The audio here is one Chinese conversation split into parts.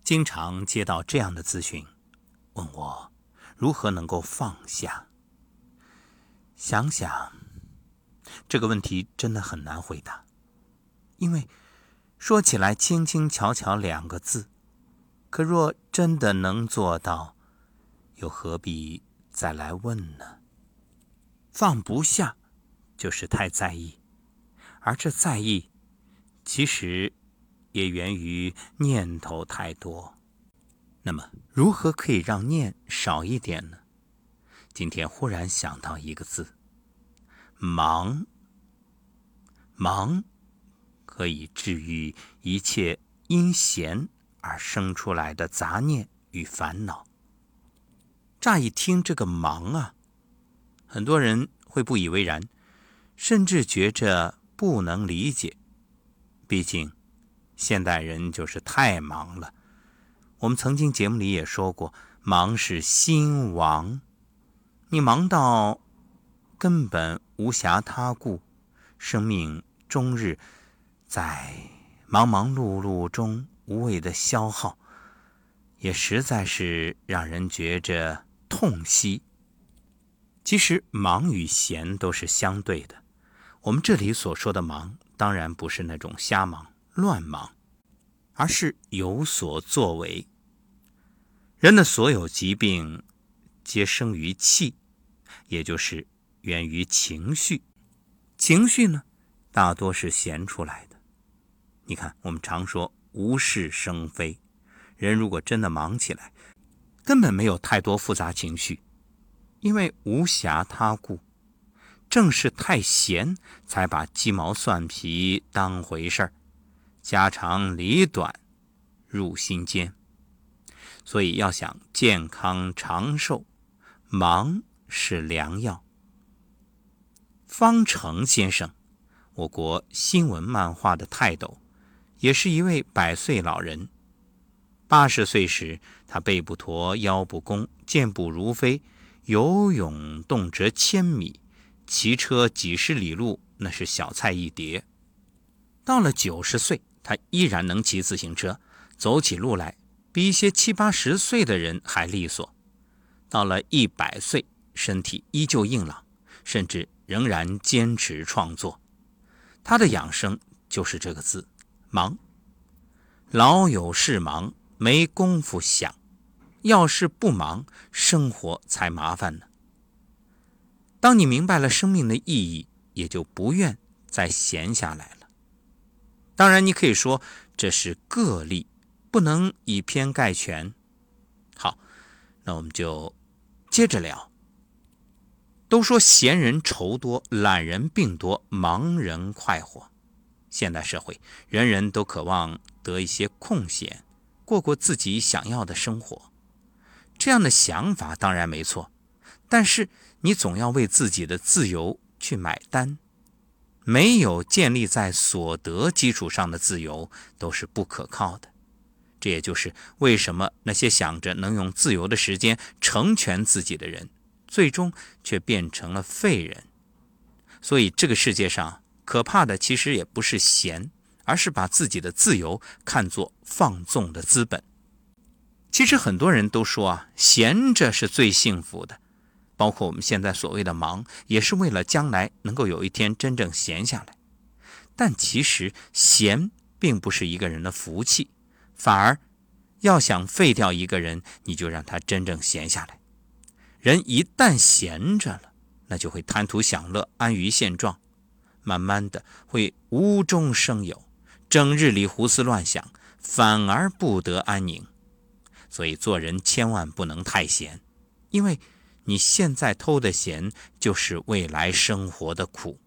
经常接到这样的咨询，问我如何能够放下。想想，这个问题真的很难回答，因为说起来轻轻巧巧2个字，可若真的能做到，又何必再来问呢？放不下就是太在意，而这在意其实也源于念头太多。那么如何可以让念少一点呢？今天忽然想到一个字，忙。忙可以治愈一切因闲而生出来的杂念与烦恼。乍一听这个忙啊，很多人会不以为然，甚至觉着不能理解。毕竟现代人就是太忙了。我们曾经节目里也说过，忙是心亡。你忙到根本无暇他顾，生命终日在忙忙碌碌中无谓的消耗，也实在是让人觉着痛惜。其实忙与闲都是相对的，我们这里所说的忙当然不是那种瞎忙乱忙，而是有所作为。人的所有疾病皆生于气，也就是源于情绪。情绪呢，大多是闲出来的。你看，我们常说无事生非，人如果真的忙起来，根本没有太多复杂情绪，因为无暇他顾。正是太闲，才把鸡毛蒜皮当回事儿，家长里短入心间。所以要想健康长寿，忙是良药。方成先生，我国新闻漫画的泰斗，也是一位100岁老人。80岁时，他背不驼，腰不弓，健步如飞，游泳动辄1000米，骑车几十里路，那是小菜一碟。到了90岁，他依然能骑自行车，走起路来比一些70、80岁的人还利索。到了100岁，身体依旧硬朗，甚至仍然坚持创作。他的养生就是这个字，忙。老有事忙，没工夫想，要是不忙，生活才麻烦呢。当你明白了生命的意义，也就不愿再闲下来了。当然你可以说这是个例，不能以偏概全。好，那我们就接着聊。都说闲人愁多，懒人病多，忙人快活。现代社会，人人都渴望得一些空闲，过过自己想要的生活。这样的想法当然没错，但是你总要为自己的自由去买单。没有建立在所得基础上的自由都是不可靠的。这也就是为什么那些想着能用自由的时间成全自己的人，最终却变成了废人。所以这个世界上可怕的其实也不是闲，而是把自己的自由看作放纵的资本。其实很多人都说闲着是最幸福的，包括我们现在所谓的忙，也是为了将来能够有一天真正闲下来。但其实闲并不是一个人的福气，反而要想废掉一个人，你就让他真正闲下来。人一旦闲着了，那就会贪图享乐，安于现状，慢慢的会无中生有，整日里胡思乱想，反而不得安宁。所以做人千万不能太闲，因为你现在偷的闲，就是未来生活的苦。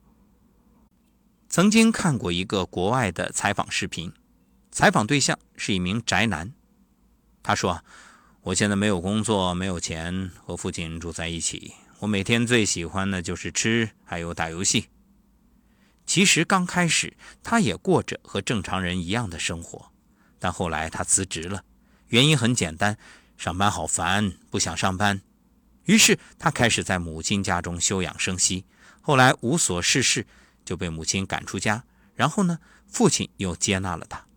曾经看过一个国外的采访视频，采访对象是一名宅男。他说，我现在没有工作，没有钱，和父亲住在一起，我每天最喜欢的就是吃，还有打游戏。其实刚开始他也过着和正常人一样的生活，但后来他辞职了，原因很简单，上班好烦，不想上班。于是他开始在母亲家中休养生息，后来无所事事，就被母亲赶出家，然后呢，父亲又接纳了他。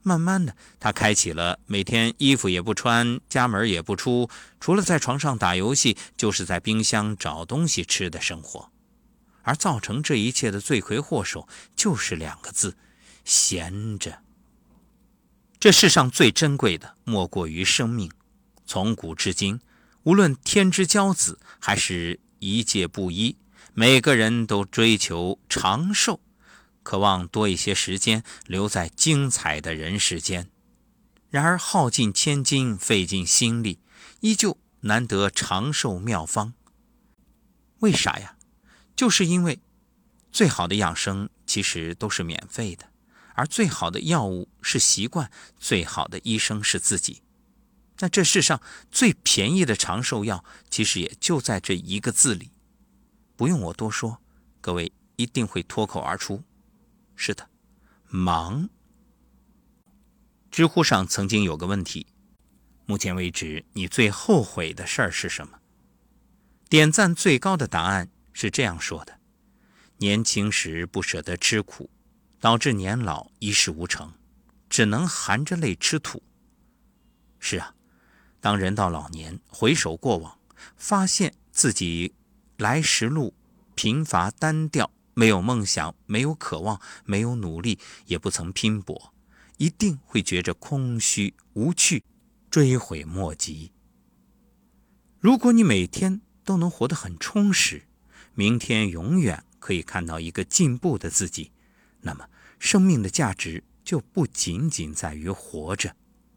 慢慢的，他开启了每天衣服也不穿，家门也不出，除了在床上打游戏，就是在冰箱找东西吃的生活。而造成这一切的罪魁祸首，就是2个字：闲着。这世上最珍贵的，莫过于生命。从古至今，无论天之骄子，还是一介布衣，每个人都追求长寿，渴望多一些时间留在精彩的人世间。然而耗尽千金，费尽心力，依旧难得长寿妙方。为啥呀？就是因为最好的养生其实都是免费的，而最好的药物是习惯，最好的医生是自己。那这世上最便宜的长寿药，其实也就在这1个字里。不用我多说，各位一定会脱口而出。是的，忙。知乎上曾经有个问题：目前为止，你最后悔的事儿是什么？点赞最高的答案是这样说的：年轻时不舍得吃苦，导致年老一事无成，只能含着泪吃土。是啊，当人到老年，回首过往，发现自己来时路贫乏单调，没有梦想，没有渴望，没有努力，也不曾拼搏，一定会觉着空虚无趣，追悔莫及。如果你每天都能活得很充实，明天永远可以看到一个进步的自己，那么生命的价值就不仅仅在于活着。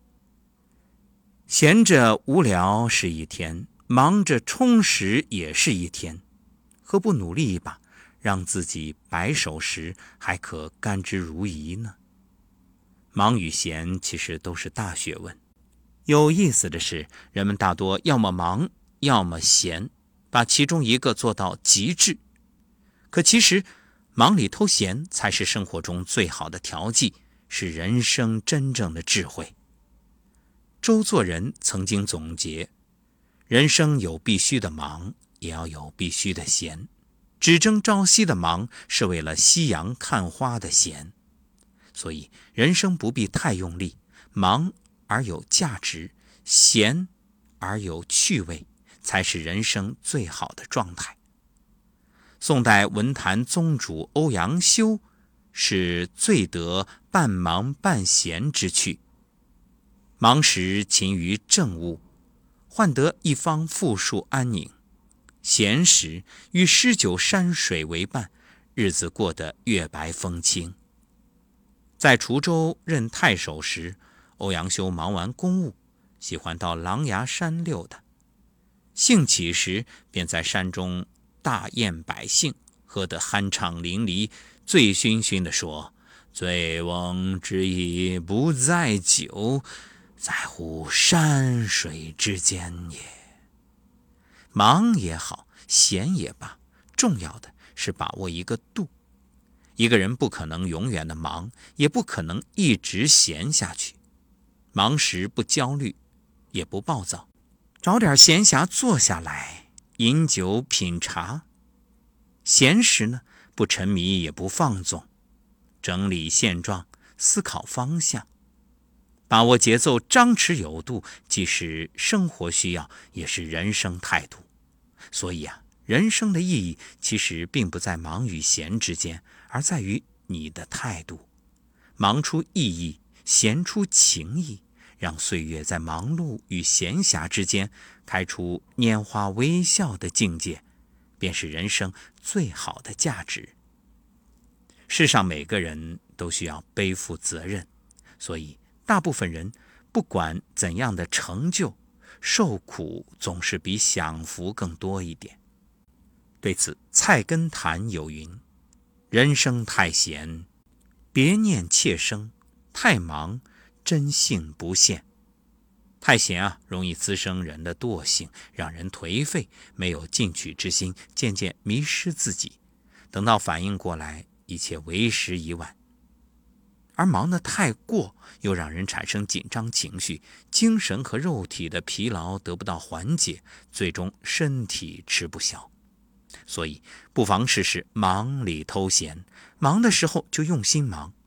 闲着无聊是一天，忙着充实也是一天，何不努力一把，让自己白首时还可甘之如饴呢？忙与闲其实都是大学问。有意思的是，人们大多要么忙，要么闲，把其中一个做到极致。可其实忙里偷闲才是生活中最好的调剂，是人生真正的智慧。周作人曾经总结，人生有必须的忙，也要有必须的闲。只争朝夕的忙，是为了夕阳看花的闲。所以人生不必太用力，忙而有价值，闲而有趣味，才是人生最好的状态。宋代文坛宗主欧阳修是最得半忙半闲之趣。忙时勤于政务，换得一方富庶安宁；闲时与诗酒山水为伴，日子过得月白风清。在滁州任太守时，欧阳修忙完公务，喜欢到狼牙山溜达。兴起时，便在山中大宴百姓，喝得酣畅淋漓，醉醺醺地说：“醉翁之意不在酒，在乎山水之间也。”忙也好，闲也罢，重要的是把握一个度。一个人不可能永远的忙，也不可能一直闲下去。忙时不焦虑，也不暴躁，找点闲暇坐下来，饮酒品茶。闲时呢，不沉迷也不放纵，整理现状，思考方向。把握节奏，张弛有度，既是生活需要，也是人生态度。所以人生的意义其实并不在忙与闲之间，而在于你的态度。忙出意义，闲出情谊，让岁月在忙碌与闲暇之间开出拈花微笑的境界，便是人生最好的价值。世上每个人都需要背负责任，所以大部分人不管怎样的成就，受苦总是比享福更多一点。对此，菜根谭有云：人生太闲，别念妾生；太忙，真性不现。太闲容易滋生人的惰性，让人颓废，没有进取之心，渐渐迷失自己。等到反应过来，一切为时已晚。而忙得太过，又让人产生紧张情绪，精神和肉体的疲劳得不到缓解，最终身体吃不消。所以不妨试试忙里偷闲，忙的时候就用心忙，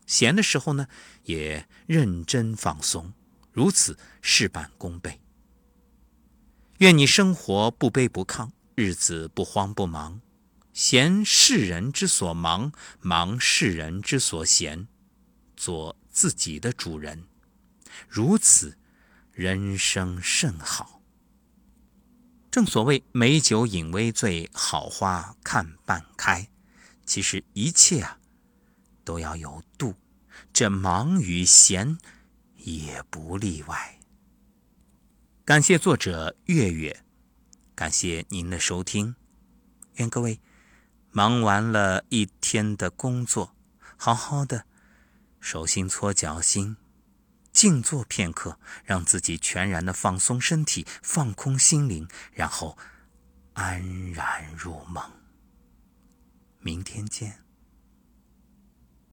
闲的时候呢，也认真放松，如此事半功倍。愿你生活不卑不亢，日子不慌不忙，闲世人之所忙，忙世人之所闲，做自己的主人，如此人生甚好。正所谓美酒饮微醉，好花看半开。其实一切都要有度，这忙与闲也不例外。感谢作者月月，感谢您的收听。愿各位忙完了一天的工作，好好的手心搓脚心，静坐片刻，让自己全然的放松身体，放空心灵，然后安然入梦。明天见。